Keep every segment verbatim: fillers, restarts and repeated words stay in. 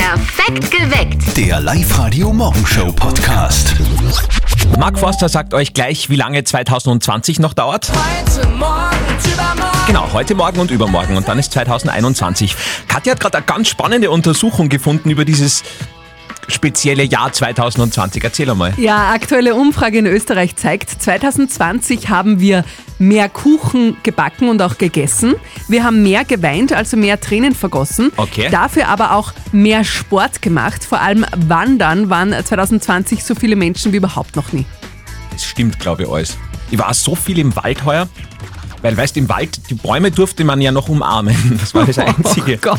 Perfekt geweckt. Der Live-Radio-Morgenshow-Podcast. Mark Forster sagt euch gleich, wie lange zwanzig zwanzig noch dauert. Heute, morgen und übermorgen. Genau, heute, morgen und übermorgen. Und dann ist zwanzig einundzwanzig. Katja hat gerade eine ganz spannende Untersuchung gefunden über dieses spezielle Jahr zwanzig zwanzig. Erzähl einmal. Ja, aktuelle Umfrage in Österreich zeigt, zwanzig zwanzig haben wir mehr Kuchen gebacken und auch gegessen. Wir haben mehr geweint, also mehr Tränen vergossen. Okay. Dafür aber auch mehr Sport gemacht. Vor allem Wandern waren zwanzig zwanzig so viele Menschen wie überhaupt noch nie. Das stimmt, glaube ich, alles. Ich war so viel im Wald heuer. Weil, weißt du, im Wald, die Bäume durfte man ja noch umarmen. Das war das Einzige. Oh Gott.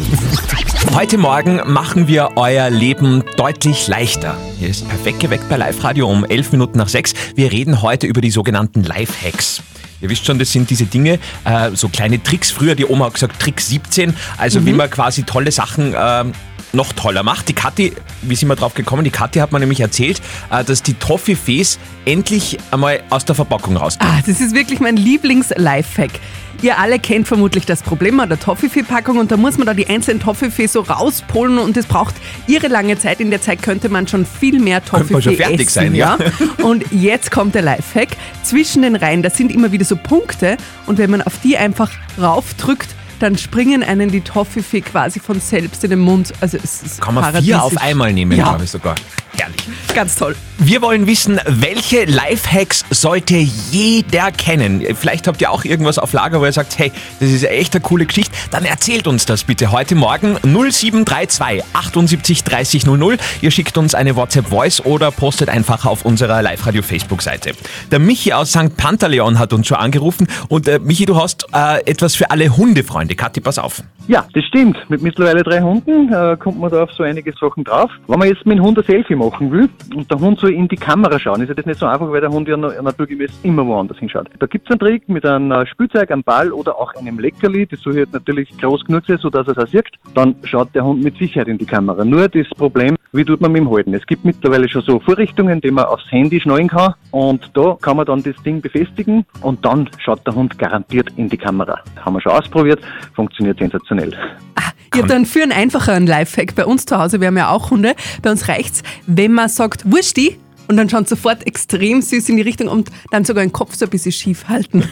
Heute Morgen machen wir euer Leben deutlich leichter. Hier ist Perfekt geweckt bei Live-Radio um elf Minuten nach sechs. Wir reden heute über die sogenannten Life-Hacks. Ihr wisst schon, das sind diese Dinge, äh, so kleine Tricks. Früher, die Oma hat gesagt, Trick siebzehn. Also mhm. wie man quasi tolle Sachen äh, noch toller macht. Die Kathi, wie sind wir drauf gekommen? Die Kathi hat mir nämlich erzählt, äh, dass die Toffifees endlich einmal aus der Verpackung rausgehen. Ah, das ist wirklich mein Lieblings-Lifehack. Ihr alle kennt vermutlich das Problem mit der Toffifee-Packung und da muss man da die einzelnen Toffifee so rauspolen und das braucht irre lange Zeit. In der Zeit könnte man schon viel mehr Toffifee man schon fertig essen. sein, ja. Und jetzt kommt der Lifehack. Zwischen den Reihen, das sind immer wieder so Punkte und wenn man auf die einfach raufdrückt, dann springen einen die Toffifee quasi von selbst in den Mund. Also es ist Kann man vier auf einmal nehmen, ja. glaube ich sogar. Herrlich. Ganz toll. Wir wollen wissen, welche Lifehacks sollte jeder kennen? Vielleicht habt ihr auch irgendwas auf Lager, wo ihr sagt, hey, das ist echt eine coole Geschichte. Dann erzählt uns das bitte heute Morgen null sieben drei zwei achtundsiebzig dreißig null null. Ihr schickt uns eine WhatsApp-Voice oder postet einfach auf unserer Live-Radio-Facebook-Seite. Der Michi aus Sankt Pantaleon hat uns schon angerufen. Und äh, Michi, du hast äh, etwas für alle Hundefreunde. Kathi, pass auf. Ja, das stimmt. Mit mittlerweile drei Hunden äh, kommt man da auf so einige Sachen drauf. Wenn man jetzt mit dem Hund ein Selfie machen will und der Hund soll in die Kamera schauen, ist ja das nicht so einfach, weil der Hund ja naturgemäß immer woanders hinschaut. Da gibt es einen Trick mit einem Spielzeug, einem Ball oder auch einem Leckerli. Das soll halt natürlich groß genug sein, sodass er es auch sieht. Dann schaut der Hund mit Sicherheit in die Kamera. Nur das Problem, wie tut man mit ihm halten? Es gibt mittlerweile schon so Vorrichtungen, die man aufs Handy schnallen kann und da kann man dann das Ding befestigen und dann schaut der Hund garantiert in die Kamera. Haben wir schon ausprobiert, funktioniert sensationell. Ah, ich habe dann für einen einfacheren Lifehack bei uns zu Hause, wir haben ja auch Hunde, bei uns reicht's, wenn man sagt, Wursti, und dann schauen sofort extrem süß in die Richtung und dann sogar den Kopf so ein bisschen schief halten.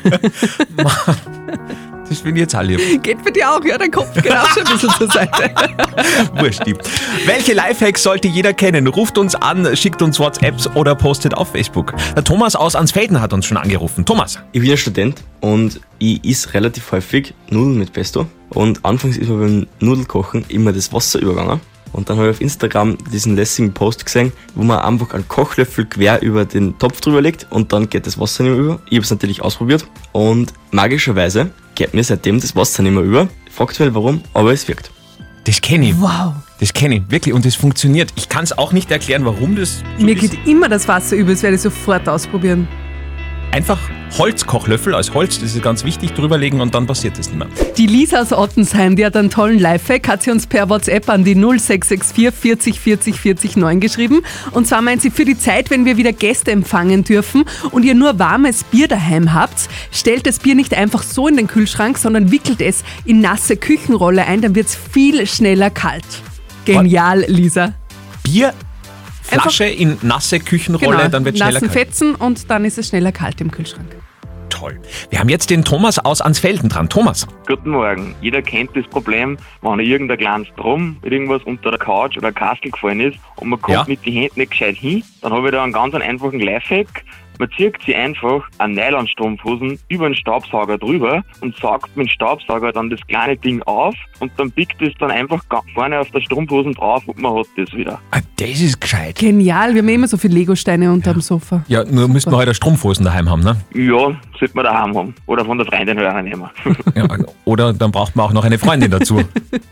Das finde ich jetzt alle. Geht für dich auch, ja, dein Kopf geht auch schon ein bisschen zur Seite. Wurscht. Welche Lifehacks sollte jeder kennen? Ruft uns an, schickt uns WhatsApps oder postet auf Facebook. Der Thomas aus Ansfelden hat uns schon angerufen. Thomas. Ich bin ja Student und ich esse relativ häufig Nudeln mit Pesto. Und anfangs ist mir beim Nudelkochen immer das Wasser übergegangen. Und dann habe ich auf Instagram diesen lässigen Post gesehen, wo man einfach einen Kochlöffel quer über den Topf drüber legt und dann geht das Wasser nicht mehr über. Ich habe es natürlich ausprobiert und magischerweise geht mir seitdem das Wasser nicht mehr über. Fragt mich warum, aber es wirkt. Das kenne ich. Wow. Das kenne ich, wirklich. Und das funktioniert. Ich kann es auch nicht erklären, warum das so Mir ist. geht immer das Wasser über, das werde ich sofort ausprobieren. Einfach Holzkochlöffel als Holz, das ist ganz wichtig, drüberlegen und dann passiert das nicht mehr. Die Lisa aus Ottensheim, die hat einen tollen Lifehack, hat sie uns per WhatsApp an die null sechs sechs vier vierzig vierzig vierzig neun geschrieben. Und zwar meint sie, für die Zeit, wenn wir wieder Gäste empfangen dürfen und ihr nur warmes Bier daheim habt, stellt das Bier nicht einfach so in den Kühlschrank, sondern wickelt es in nasse Küchenrolle ein, dann wird es viel schneller kalt. Genial, Lisa. Bier Flasche in nasse Küchenrolle, Genau, dann wird schneller nassen kalt. Fetzen und dann ist es schneller kalt im Kühlschrank. Toll. Wir haben jetzt den Thomas aus Ansfelden dran. Thomas. Guten Morgen. Jeder kennt das Problem, wenn irgendein kleines Drum mit irgendwas unter der Couch oder Kastel gefallen ist und man kommt Ja. mit den Händen nicht gescheit hin, dann habe ich da einen ganz einfachen Lifehack. Man zieht sie einfach an Nylonstrumpfhosen über den Staubsauger drüber und saugt mit dem Staubsauger dann das kleine Ding auf und dann pickt es dann einfach vorne auf der Strumpfhosen drauf und man hat das wieder. Ah, das ist gescheit. Genial, wir haben ja immer so viele Legosteine unterm Sofa. Ja, nur müssten wir heute Strumpfhosen daheim haben, ne? Ja, sollte man daheim haben. Oder von der Freundin hören nehmen. Ja, oder dann braucht man auch noch eine Freundin dazu.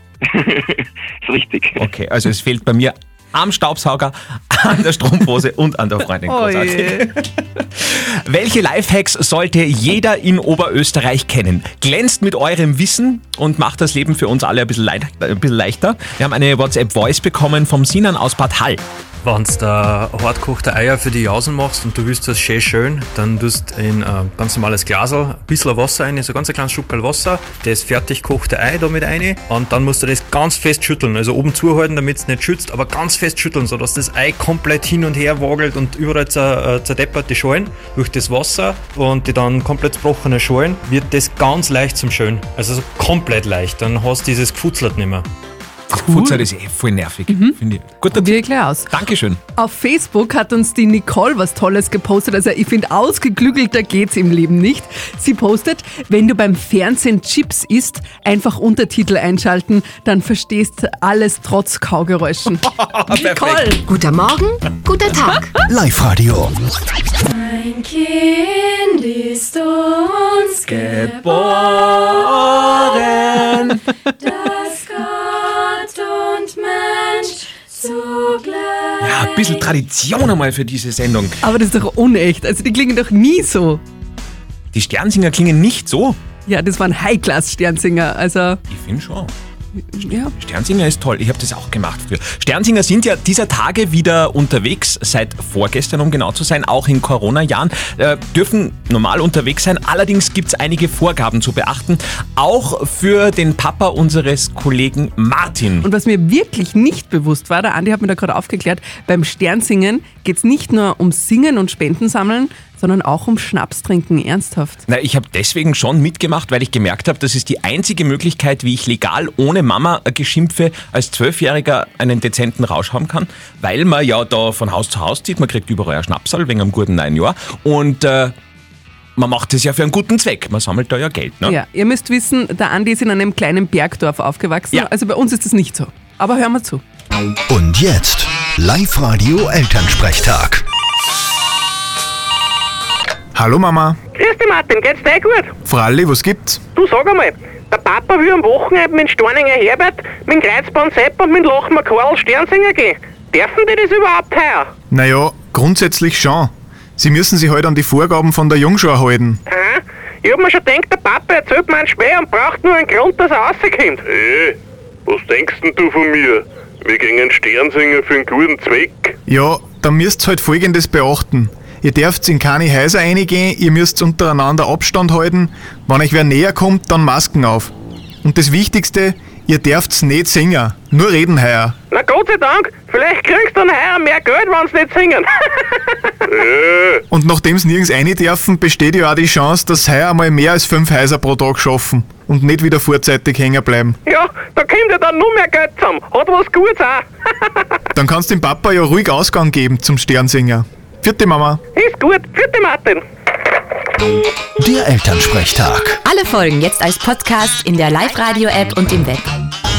Ist richtig. Okay, also es fehlt bei mir am Staubsauger, an der Strumpfhose und an der Freundin. Oh Großartig. je. Welche Lifehacks sollte jeder in Oberösterreich kennen? Glänzt mit eurem Wissen und macht das Leben für uns alle ein bisschen, leicht, ein bisschen leichter. Wir haben eine WhatsApp-Voice bekommen vom Sinan aus Bad Hall. Wenn du da hartgekochte Eier für die Jausen machst und du willst das schön schön, dann tust du in ein ganz normales Glasl ein bisschen Wasser rein, so ein ganz kleines Schluckerl Wasser, das fertig gekochte Ei da mit rein und dann musst du das ganz fest schütteln, also oben zuhalten, damit es nicht schützt, aber ganz fest schütteln, sodass das Ei komplett hin und her wagelt und überall zer, zerdeppert die Schalen durch das Wasser und die dann komplett zerbrochene Schalen, wird das ganz leicht zum Schön, also so komplett leicht, dann hast du dieses Gefutzelt nicht mehr. Das Futsal ist eh voll nervig, Mhm. finde ich. Guter Probier Tipp. ich gleich aus. Dankeschön. Auf Facebook hat uns die Nicole was Tolles gepostet. Also ich finde, ausgeklügelter geht's im Leben nicht. Sie postet, wenn du beim Fernsehen Chips isst, einfach Untertitel einschalten, dann verstehst du alles trotz Kaugeräuschen. Nicole! Guter Morgen, guter Tag. Live-Radio. Ein Kind ist uns Geboren. das Gott und Mensch zugleich. Ja, ein bisschen Tradition einmal für diese Sendung. Aber das ist doch unecht. Also die klingen doch nie so. Die Sternsinger klingen nicht so. Ja, das waren High-Class-Sternsinger. Also, Ich finde schon. ja. Sternsinger ist toll, ich habe das auch gemacht früher. Sternsinger sind ja dieser Tage wieder unterwegs, seit vorgestern, um genau zu sein, auch in Corona-Jahren, äh, dürfen normal unterwegs sein, allerdings gibt es einige Vorgaben zu beachten, auch für den Papa unseres Kollegen Martin. Und was mir wirklich nicht bewusst war, der Andi hat mir da gerade aufgeklärt, beim Sternsingen geht es nicht nur um Singen und Spenden sammeln, sondern auch um Schnaps trinken, ernsthaft. Na, ich habe deswegen schon mitgemacht, weil ich gemerkt habe, das ist die einzige Möglichkeit, wie ich legal ohne Mama-Geschimpfe als Zwölfjähriger einen dezenten Rausch haben kann, weil man ja da von Haus zu Haus zieht, man kriegt überall ein Schnapsal wegen einem guten neuen Jahr und äh, man macht das ja für einen guten Zweck, man sammelt da ja Geld. Ne? Ja, ihr müsst wissen, der Andi ist in einem kleinen Bergdorf aufgewachsen, Ja. also bei uns ist das nicht so. Aber hören wir zu. Und jetzt Live-Radio Elternsprechtag. Hallo Mama. Grüß dich Martin, geht's dir gut? Fralli, was gibt's? Du sag einmal, der Papa will am Wochenende mit dem Storninger Herbert, mit dem Kreuzbahn Sepp und mit dem Lochmer Karl Sternsinger gehen. Dürfen die das überhaupt heuer? Naja, grundsätzlich schon. Sie müssen sich halt an die Vorgaben von der Jungschau halten. Hä? Ich hab mir schon gedacht, der Papa erzählt mir einen Schmäh und braucht nur einen Grund, dass er rauskommt. Hey, was denkst denn du von mir? Wir gehen Sternsinger für einen guten Zweck. Ja, dann müsst ihr halt Folgendes beachten. Ihr dürft in keine Häuser reingehen, ihr müsst untereinander Abstand halten. Wenn euch wer näher kommt, dann Masken auf. Und das Wichtigste, ihr dürft nicht singen, nur reden heuer. Na Gott sei Dank, vielleicht kriegst du dann heuer mehr Geld, wenn sie nicht singen. Hey, Und nachdem sie nirgends rein dürfen, besteht ja auch die Chance, dass heuer mal mehr als fünf Häuser pro Tag schaffen und nicht wieder vorzeitig hängen bleiben. Ja, da kommt ja dann nur mehr Geld zusammen. Hat was Gutes auch. Dann kannst dem Papa ja ruhig Ausgang geben zum Sternsinger. Vierte Mama. Ist gut, vierte Martin. Der Elternsprechtag. Alle Folgen jetzt als Podcast in der Live-Radio-App und im Web.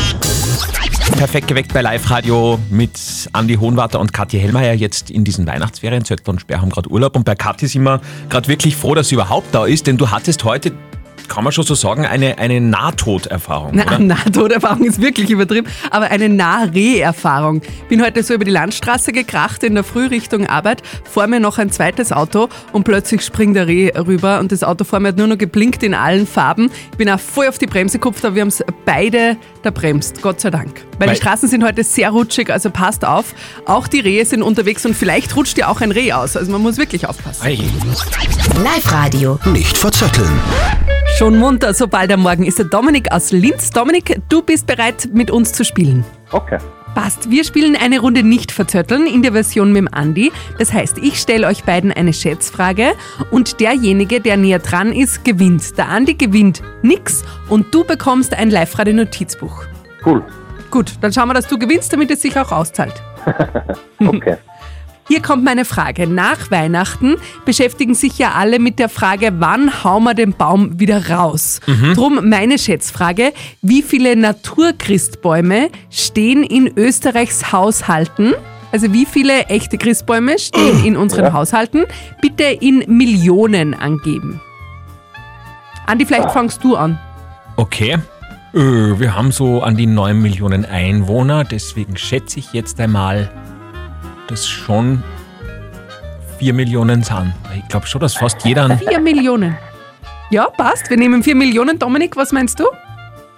Perfekt geweckt bei Live-Radio mit Andi Hohenwarter und Kathi Hellmeier jetzt in diesen Weihnachtsferien. Zöttl und Sperr haben gerade Urlaub und bei Kathi sind wir gerade wirklich froh, dass sie überhaupt da ist, denn du hattest heute, kann man schon so sagen, eine, eine Nahtoderfahrung, Na, oder? Nahtoderfahrung ist wirklich übertrieben, aber eine Nahreh-Erfahrung. Bin heute so über die Landstraße gekracht in der Früh Richtung Arbeit, vor mir noch ein zweites Auto und plötzlich springt der Reh rüber und das Auto vor mir hat nur noch geblinkt in allen Farben. Ich bin auch voll auf die Bremse gekupft, aber wir haben es beide da bremst, Gott sei Dank. Weil, Weil- die Straßen sind heute sehr rutschig, also passt auf. Auch die Rehe sind unterwegs und vielleicht rutscht ja auch ein Reh aus, also man muss wirklich aufpassen. Ei. Live-Radio. Nicht verzetteln. Schon munter, sobald am Morgen ist der Dominik aus Linz. Dominik, du bist bereit, mit uns zu spielen. Okay. Passt. Wir spielen eine Runde nicht verzötteln in der Version mit dem Andi. Das heißt, ich stelle euch beiden eine Schätzfrage und derjenige, der näher dran ist, gewinnt. Der Andi gewinnt nix und du bekommst ein Live-Radio-Notizbuch. Cool. Gut, dann schauen wir, dass du gewinnst, damit es sich auch auszahlt. Okay. Hier kommt meine Frage. Nach Weihnachten beschäftigen sich ja alle mit der Frage, wann hauen wir den Baum wieder raus? Drum meine Schätzfrage, wie viele Naturchristbäume stehen in Österreichs Haushalten? Also wie viele echte Christbäume stehen in unseren Ja. Haushalten? Bitte in Millionen angeben. Andi, vielleicht fangst du an. Okay. Äh, wir haben so an die neun Millionen Einwohner, deswegen schätze ich jetzt einmal, dass schon vier Millionen sind. Ich glaube schon, dass fast jeder... einen- Vier Millionen. Ja, passt. Wir nehmen vier Millionen. Dominik, was meinst du?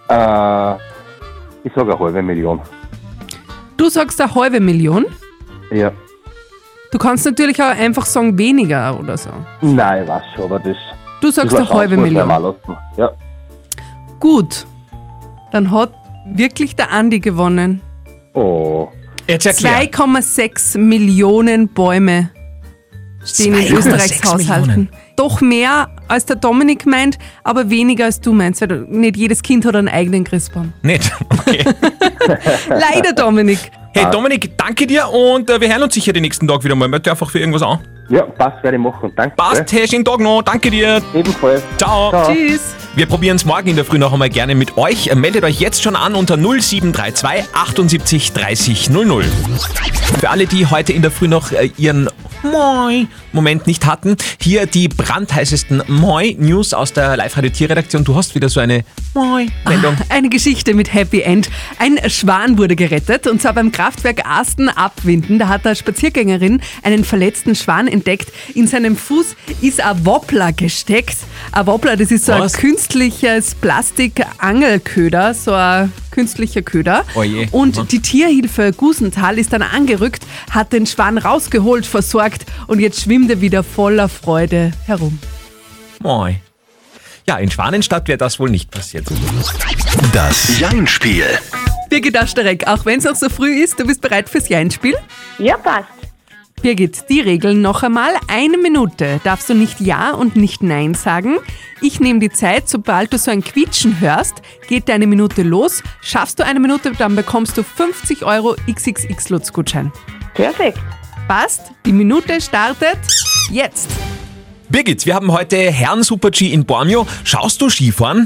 Äh, ich sage eine halbe Million. Du sagst eine halbe Million. Ja. Du kannst natürlich auch einfach sagen weniger oder so. Nein, ich weiß schon, aber das... Du sagst das eine halbe Million. Ja. Gut. Dann hat wirklich der Andi gewonnen. Oh. Jetzt erklär. zwei Komma sechs Millionen Bäume stehen in Österreichs Haushalten. Doch mehr als der Dominik meint, aber weniger als du meinst, weil nicht jedes Kind hat einen eigenen Christbaum. Nicht? Okay. Leider, Dominik. Hey Dominik, danke dir und äh, wir hören uns sicher den nächsten Tag wieder mal. Meld dich einfach für irgendwas an. Ja, passt, werde ich machen. Danke. Passt, hey, schönen Tag noch. Danke dir. Ebenfalls. Ciao. Ciao. Tschüss. Wir probieren es morgen in der Früh noch einmal gerne mit euch. Meldet euch jetzt schon an unter null sieben drei zwei achtundsiebzig dreißig null null. Für alle, die heute in der Früh noch äh, ihren Moi-Moment nicht hatten, hier die brandheißesten Moi-News aus der Live-Radio-Tier-Redaktion. Du hast wieder so eine Moi-Meldung. Ah, eine Geschichte mit Happy End. Ein Schwan wurde gerettet und zwar beim Kraftwerk Asten-Abwinden. Da hat eine Spaziergängerin einen verletzten Schwan entdeckt. In seinem Fuß ist ein Wobbler gesteckt. Ein Wobbler, das ist so Was? ein künstliches Plastik-Angelköder, so ein künstlicher Köder. Oh je. Und Mhm. die Tierhilfe Gusenthal ist dann angerückt, hat den Schwan rausgeholt, versorgt und jetzt schwimmt er wieder voller Freude herum. Moi. Ja, in Schwanenstadt wäre das wohl nicht passiert. Das Jein-Spiel. Birgit Asterek, auch wenn es noch so früh ist, du bist bereit fürs Jein-Spiel? Ja, passt. Birgit, die Regeln noch einmal. Eine Minute darfst du nicht Ja und nicht Nein sagen. Ich nehme die Zeit, sobald du so ein Quietschen hörst, geht deine Minute los. Schaffst du eine Minute, dann bekommst du fünfzig Euro X X X-Lutz-Gutschein. Perfekt. Passt? Die Minute startet jetzt. Birgit, wir haben heute Herren Super-G in Bormio. Schaust du Skifahren?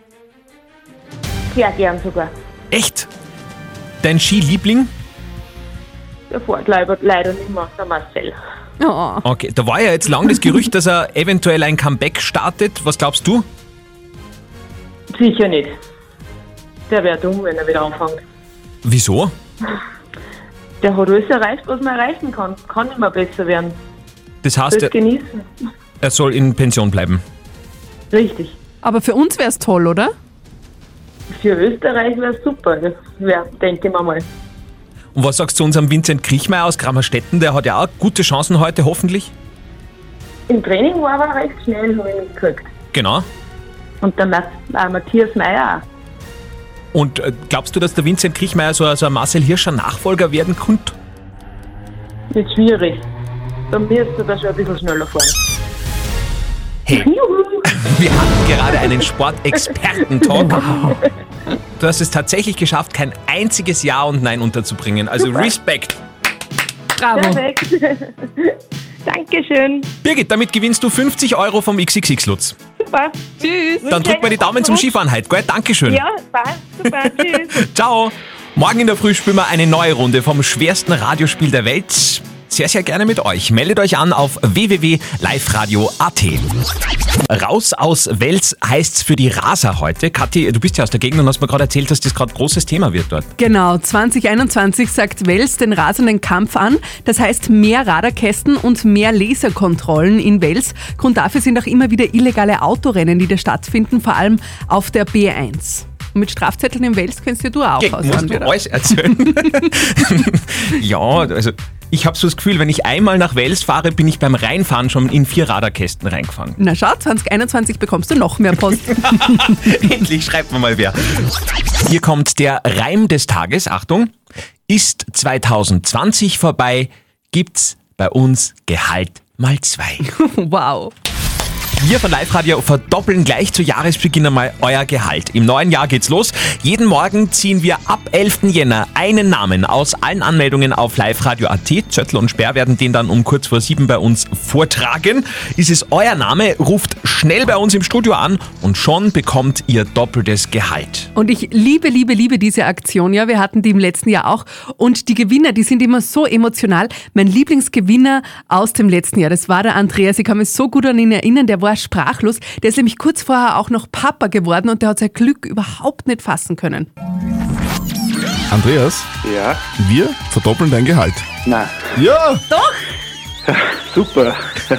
Sehr gern sogar. Echt? Dein Skiliebling? Der fährt leider, leider nicht mehr, der Marcel. Oh. Okay, da war ja jetzt lang das Gerücht, dass er eventuell ein Comeback startet. Was glaubst du? Sicher nicht. Der wäre dumm, wenn er wieder anfängt. Wieso? Der hat alles erreicht, was man erreichen kann. Kann immer besser werden. Das heißt, Das er, genießen. er soll in Pension bleiben. Richtig. Aber für uns wäre es toll, oder? Für Österreich wäre es super. Das wäre, denke ich mir mal. Und was sagst du zu unserem Vincent Kriechmeier aus Kramerstetten? Der hat ja auch gute Chancen heute, hoffentlich. Im Training war er recht schnell, habe ich mitgekriegt. Genau. Und der Ma- äh, Matthias Meyer auch. Und äh, glaubst du, dass der Vincent Kriechmeier so, so ein Marcel Hirscher Nachfolger werden könnte? Wird schwierig. Da müsste er schon ein bisschen schneller fahren. Hey, wir hatten gerade einen Sportexperten-Talk. Du hast es tatsächlich geschafft, kein einziges Ja und Nein unterzubringen. Also Super. Respekt. Bravo. Perfekt. Dankeschön. Birgit, damit gewinnst du fünfzig Euro vom X X X-Lutz. Super. Tschüss. Dann drück mal die Daumen zum Skifahren heute, gell? Dankeschön. Ja, passt. Super. Tschüss. Ciao. Morgen in der Früh spielen wir eine neue Runde vom schwersten Radiospiel der Welt. Sehr, sehr gerne mit euch. Meldet euch an auf w w w punkt live radio punkt a t. Raus aus Wels heißt's für die Raser heute. Kathi, du bist ja aus der Gegend und hast mir gerade erzählt, dass das gerade großes Thema wird dort. Genau, zwanzig einundzwanzig sagt Wels den rasenden Kampf an. Das heißt mehr Radarkästen und mehr Laserkontrollen in Wels. Grund dafür sind auch immer wieder illegale Autorennen, die da stattfinden, vor allem auf der B eins. Und mit Strafzetteln in Wels kennst ja du auch Okay, aus. musst du alles erzählen? Ja, also ich habe so das Gefühl, wenn ich einmal nach Wels fahre, bin ich beim Reinfahren schon in vier Radarkästen reingefahren. Na schau, zwanzig einundzwanzig bekommst du noch mehr Post. Endlich schreibt mir mal wer. Hier kommt der Reim des Tages. Achtung. Ist zwanzig zwanzig vorbei, gibt's bei uns Gehalt mal zwei. Wow. Wir von Live Radio verdoppeln gleich zu Jahresbeginn einmal euer Gehalt. Im neuen Jahr geht's los. Jeden Morgen ziehen wir ab elften Jänner einen Namen aus allen Anmeldungen auf live radio punkt a t. Zöttl und Sperr werden den dann um kurz vor sieben bei uns vortragen. Ist es euer Name, ruft schnell bei uns im Studio an und schon bekommt ihr doppeltes Gehalt. Und ich liebe, liebe, liebe diese Aktion. Ja, wir hatten die im letzten Jahr auch. Und die Gewinner, die sind immer so emotional. Mein Lieblingsgewinner aus dem letzten Jahr, das war der Andreas. Ich kann mich so gut an ihn erinnern. Der war sprachlos. Der ist nämlich kurz vorher auch noch Papa geworden und der hat sein Glück überhaupt nicht fassen können. Andreas, Ja? wir verdoppeln dein Gehalt. Nein. Ja! Doch! Super.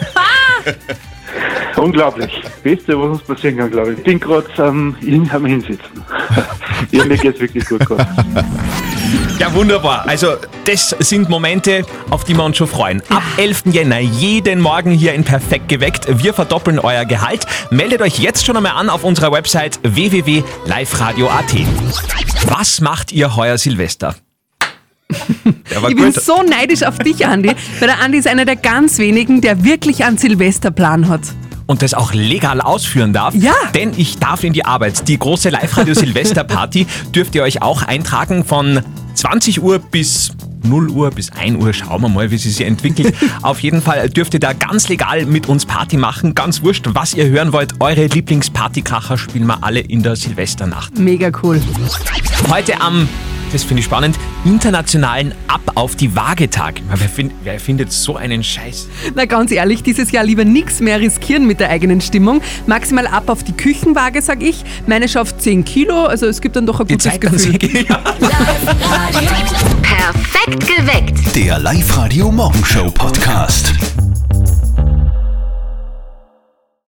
Unglaublich. Beste, was uns passieren kann, glaube ich. Ich bin gerade ähm, am Hinsitzen. Ja, mir geht's wirklich gut gerade. Ja, wunderbar. Also das sind Momente, auf die wir uns schon freuen. Ab elften Jänner, jeden Morgen hier in Perfekt geweckt. Wir verdoppeln euer Gehalt. Meldet euch jetzt schon einmal an auf unserer Website w w w punkt live radio punkt a t. Was macht ihr heuer Silvester? Der war Ich bin gut. so neidisch auf dich, Andi, weil der Andi ist einer der ganz wenigen, der wirklich einen Silvesterplan hat. Und das auch legal ausführen darf. Ja. Denn ich darf in die Arbeit. Die große Live-Radio-Silvester-Party dürft ihr euch auch eintragen von zwanzig Uhr bis null Uhr bis ein Uhr. Schauen wir mal, wie sie sich entwickelt. Auf jeden Fall dürft ihr da ganz legal mit uns Party machen. Ganz wurscht, was ihr hören wollt. Eure Lieblingspartykracher spielen wir alle in der Silvesternacht. Mega cool. Heute am, das finde ich spannend, internationalen Ab auf die Waage-Tag. Wer, find, wer findet so einen Scheiß? Na ganz ehrlich, dieses Jahr lieber nichts mehr riskieren mit der eigenen Stimmung. Maximal ab auf die Küchenwaage, sag ich. Meine schafft zehn Kilo, also es gibt dann doch ein gutes Gefühl. Perfekt geweckt. Der Live-Radio Morgenshow Podcast.